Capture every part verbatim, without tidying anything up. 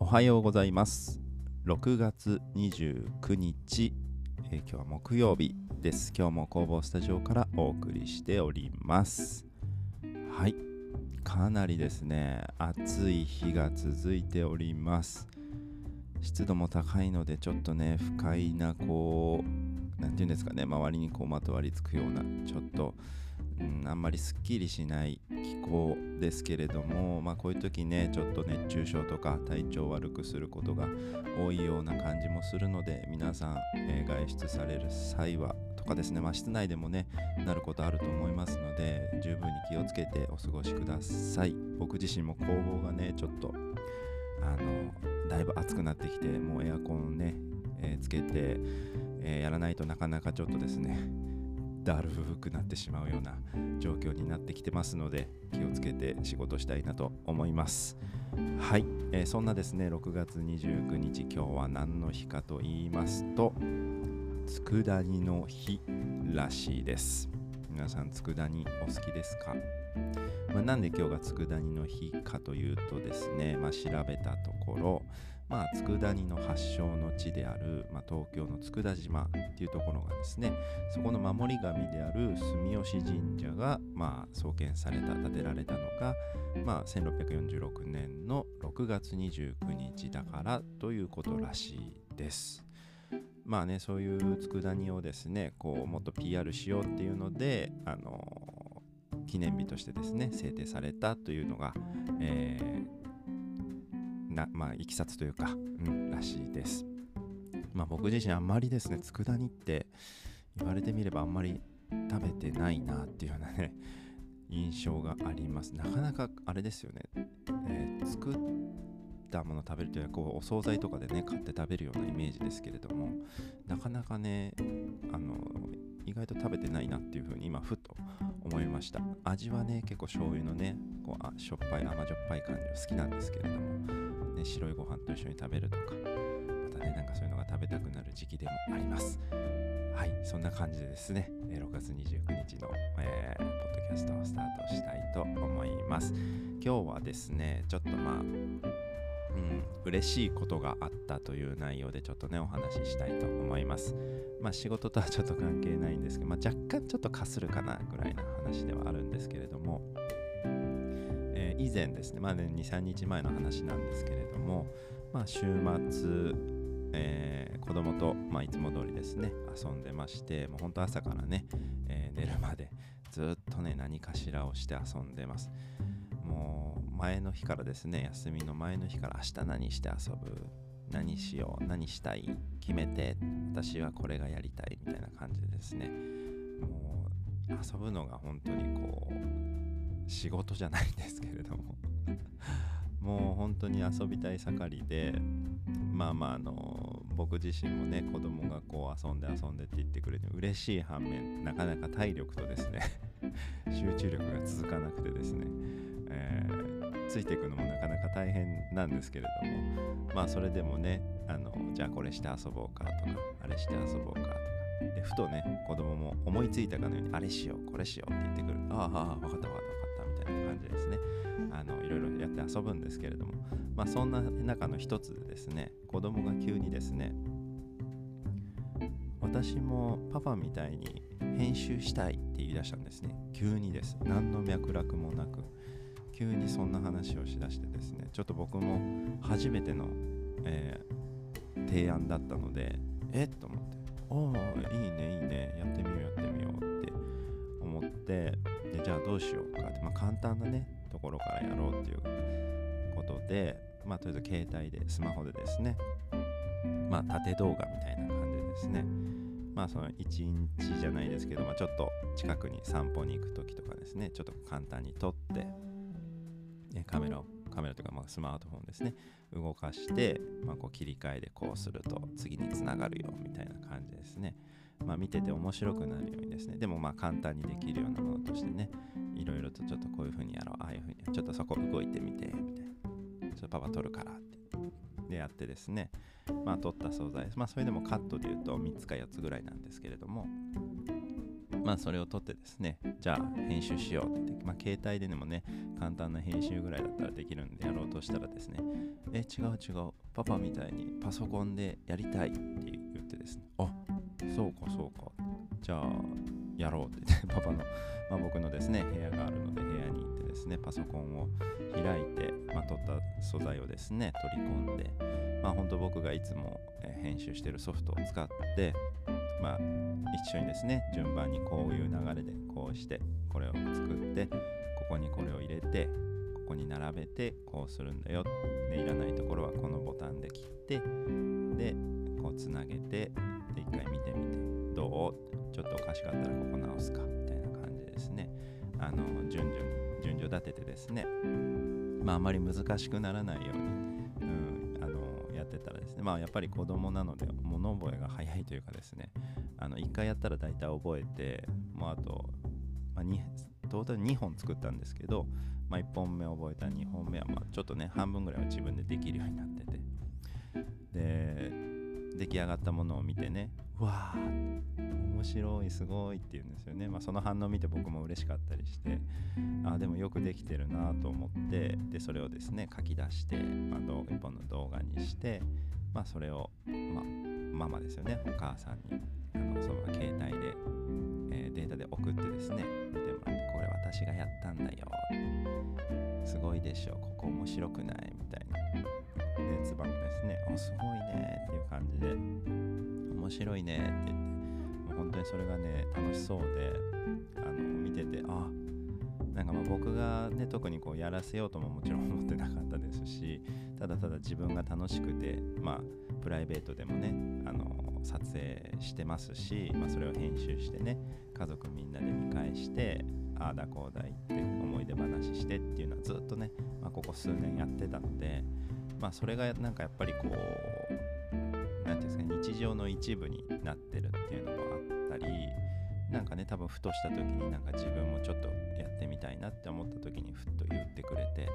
はようございます。ろくがつにじゅうくにち、えー、今日は木曜日です。今日も工房スタジオからお送りしております。はい、かなりですね暑い日が続いております。湿度も高いのでちょっとね不快なこうなんていうんですかね、周りにこうまとわりつくようなちょっとうん、あんまりすっきりしない気候ですけれども、まあこういう時ねちょっと熱中症とか体調を悪くすることが多いような感じもするので、皆さん、えー外出される際はとかですね、まあ室内でもねなることあると思いますので、十分に気をつけてお過ごしください。僕自身も工房がねちょっとあのだいぶ暑くなってきて、もうエアコンね、えーつけて、えーやらないとなかなかちょっとですねだるくなってしまうような状況になってきてますので、気をつけて仕事したいなと思います。はい、えーそんなですねろくがつにじゅうくにち、今日は何の日かと言いますと、佃煮の日らしいです。皆さん佃煮お好きですか？まあ、なんで今日が佃煮の日かというとですね、まあ、調べたところ、まあ、佃煮の発祥の地である、まあ、東京の佃島っていうところがですね、そこの守り神である住吉神社が、まあ、創建された建てられたのが、まあ、せんろっぴゃくよんじゅうろくねんのろくがつにじゅうくにちだからということらしいです。まあね、そういう佃煮をですねこうもっと ピーアール しようっていうので、あの記念日としてですね制定されたというのが、えー、なまあいきさつというか、うん、らしいです。まあ僕自身あんまりですね佃煮って言われてみればあんまり食べてないなっていうようなね印象があります。なかなかあれですよね、えー、作ったもの食べるというのはこうお惣菜とかでね買って食べるようなイメージですけれども、なかなかねあの意外と食べてないなっていうふうに今ふと思いました。味はね結構醤油のねこうあしょっぱい甘じょっぱい感じが好きなんですけれども、ね、白いご飯と一緒に食べるとか、またねなんかそういうのが食べたくなる時期でもあります。はい、そんな感じでですねろくがつにじゅうくにちの、えー、ポッドキャストをスタートしたいと思います。今日はですねちょっとまあうん、嬉しいことがあったという内容でちょっとねお話ししたいと思います。まあ仕事とはちょっと関係ないんですけど、まあ、若干ちょっとかするかなぐらいな話ではあるんですけれども、えー以前ですねまあねにさんにちまえの話なんですけれども、まあ週末、えー子供と、まあ、いつも通りですね遊んでまして、もうほんと朝からね、えー寝るまでずっとね何かしらをして遊んでます。もう前の日からですね、休みの前の日から明日何して遊ぶ、何しよう、何したい、決めて、私はこれがやりたいみたいな感じでですね、もう遊ぶのが本当にこう仕事じゃないんですけれどももう本当に遊びたい盛りで、まあまああの僕自身もね子供がこう遊んで遊んでって言ってくれて嬉しい反面、なかなか体力とですね集中力が続かなくてですね、えーついていくのもなかなか大変なんですけれども、まあそれでもねあのじゃあこれして遊ぼうかとかあれして遊ぼうかとかで、ふとね子供も思いついたかのようにあれしようこれしようって言ってくる。ああああ分かった分かった分かったみたいな感じですね。あのいろいろやって遊ぶんですけれども、まあそんな中の一つでですね、子供が急にですね、私もパパみたいに編集したいって言い出したんですね。急にです。何の脈絡もなく急にそんな話をしだしてですね、ちょっと僕も初めての、えー提案だったので、えっと思って、おーいいねいいね、やってみようやってみようって思って、でじゃあどうしようかって、まあ簡単なねところからやろうっていうことで、まあとりあえず携帯でスマホでですね、まあ縦動画みたいな感じでですね、まあそのいちにちじゃないですけど、まあ、ちょっと近くに散歩に行く時とかですね、ちょっと簡単に撮ってカメラをカメラというかまあスマートフォンですね動かして、まあ、こう切り替えでこうすると次につながるよみたいな感じですね。まあ見てて面白くなるようにですね、でもまあ簡単にできるようなものとしてね、いろいろとちょっとこういう風にやろう、ああいう風にちょっとそこ動いてみてみたいな、ちょっとパパ撮るからってでやってですね、まあ撮った素材、まあそれでもカットでいうとみっつかよっつぐらいなんですけれども、まあそれを撮ってですね、じゃあ編集しようって言って、まあ携帯ででもね簡単な編集ぐらいだったらできるんでやろうとしたらですね、え違う違う、パパみたいにパソコンでやりたいって言ってですね、あそうかそうか、じゃあやろうって言ってパパの、まあ、僕のですね部屋があるので部屋に行ってですねパソコンを開いて、まあ、撮った素材をですね取り込んで、まあ本当僕がいつも編集しているソフトを使って、まあ一緒にですね順番にこういう流れでこうしてこれを作って、ここにこれを入れてここに並べてこうするんだよ、でいらないところはこのボタンで切って、でこうつなげて、で一回見てみてどう、ちょっとおかしかったらここ直すかみたいな感じでですね、あの順々順序立ててですね、まああまり難しくならないように、うん、あのやってたらですね、まあやっぱり子供なので物覚えが早いというかですね、あのいっかいやったら大体覚えて、もうあと、まあ、にトータルにほん作ったんですけど、まあ、いっぽんめ覚えたらにほんめはまあちょっとね半分ぐらいは自分でできるようになってて、で出来上がったものを見てね、うわー面白いすごいって言うんですよね。まあその反応を見て僕も嬉しかったりして、あでもよくできてるなと思って、でそれをですね書き出して、まあ、動画一本の動画にして、まあそれを、まあ、ママですよね、お母さんにあのその携帯で、えー、データで送ってですね見てもらって、これ私がやったんだよ、すごいでしょ、ここ面白くないみたいな、でつばもですね、おすごいねっていう感じで、面白いねって言って、もう本当にそれがね楽しそうで、あの見てて、あなんかまあ僕がね特にこうやらせようとももちろん思ってなかったですし、ただただ自分が楽しくて、まあプライベートでもねあの撮影してますし、まあ、それを編集してね家族みんなで見返して、ああだこうだ言って思い出話してっていうのはずっとね、まあ、ここ数年やってたので、まあそれがなんかやっぱりこうなんていうんですか、日常の一部になってるっていうのもあったり、なんかね多分ふとした時になんか自分もちょっとやってみたいなって思った時にふっと言ってくれて、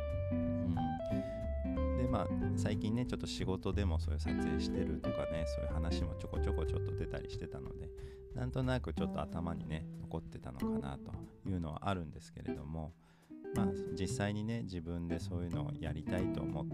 うんでまあ最近ねちょっと仕事でもそういう撮影してるとかね、そういう話もちょこちょこちょっと出たりしてたので、なんとなくちょっと頭にね残ってたのかなというのはあるんですけれども、まあ実際にね自分でそういうのをやりたいと思って、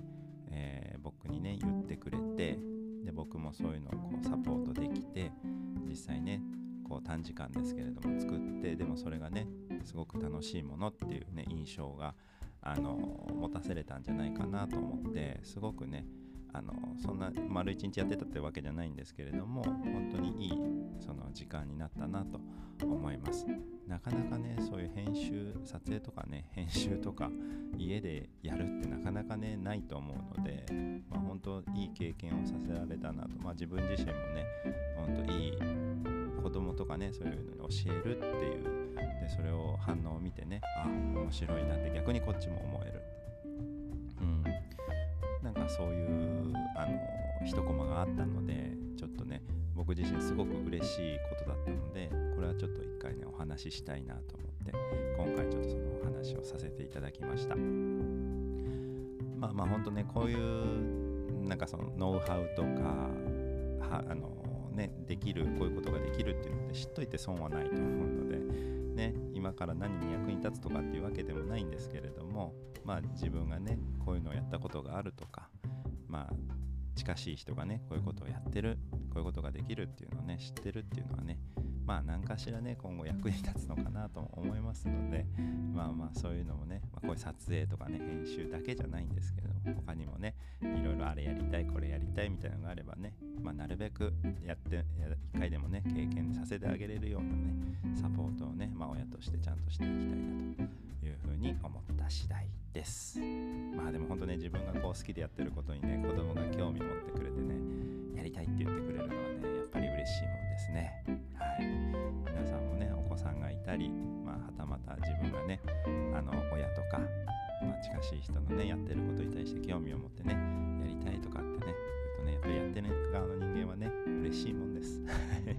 えー、僕にね言ってくれて、で僕もそういうのをこうサポートできて、実際ねこう短時間ですけれども作って、でもそれがねすごく楽しいものっていうね印象があの持たせれたんじゃないかなと思って、すごくねあのそんな丸一日やってたってわけじゃないんですけれども、本当にいいその時間になったなと思います。なかなかねそういう編集撮影とかね編集とか家でやるってなかなかねないと思うので、まあ、本当いい経験をさせられたなと、まあ、自分自身もね本当いい子供とかねそういうのに教えるっていう、でそれを反応を見てね、あ面白いなって逆にこっちも思える、うんなんかそういうあの一コマがあったので、ちょっとね僕自身すごく嬉しいことだったので、これはちょっと一回ねお話ししたいなと思って今回ちょっとそのお話をさせていただきました。まあまあ本当ねこういうなんかそのノウハウとかはあのねできるこういうことができるっていうので知っといて損はないと思うのでね、今から何に役に立つとかっていうわけでもないんですけれども、まあ自分がねこういうのをやったことがあるとか、まあ近しい人がねこういうことをやってる、こういうことができるっていうのをね知ってるっていうのはね、まあ何かしらね今後役に立つのかなと思いますので、まあまあそういうのもね、まあ、こういう撮影とかね編集だけじゃないんですけれども、他にもねいろいろあれやりたいこれやりたいみたいなのがあればね、まあなるべくやって一回でもね経験させてあげれるようなねサポートをね、まあ親としてちゃんとしていきたいなというふうに思った次第です。まあでも本当ね自分がこう好きでやってることにね子供が興味持ってくれてねやりたいって言ってくれるのはねやっぱり嬉しいもんですね。はい、皆さんもねお子さんがいたり、まあ、はたまた自分がねあの親とか、まあ、近しい人のねやってることに対して興味を持ってねやりたいとかってね言うとねやっぱりやってる側の人間はね嬉しいもんです。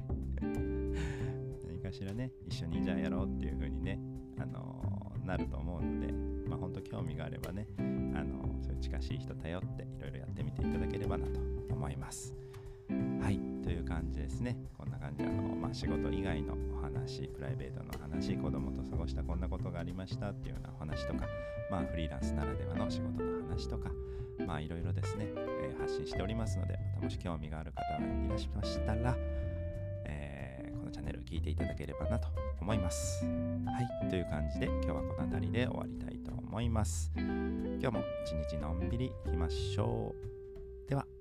何かしらね一緒にじゃあやろうっていう風にねあのー、なると思うので、まあ本当興味があればねあのー、そういう近しい人頼っていろいろやってみていただければなと思います。 はい、という感じですね。こんな感じであの、まあ、仕事以外のお話、プライベートの話、子供と過ごしたこんなことがありましたっていうようなお話とか、まあ、フリーランスならではの仕事の話とか、まあいろいろですね、えー発信しておりますので、またもし興味がある方がいらっしゃいましたら、えーこのチャンネル聞いていただければなと思います。はい、という感じで今日はこの辺りで終わりたいと思います。今日も一日のんびりいきましょう。では。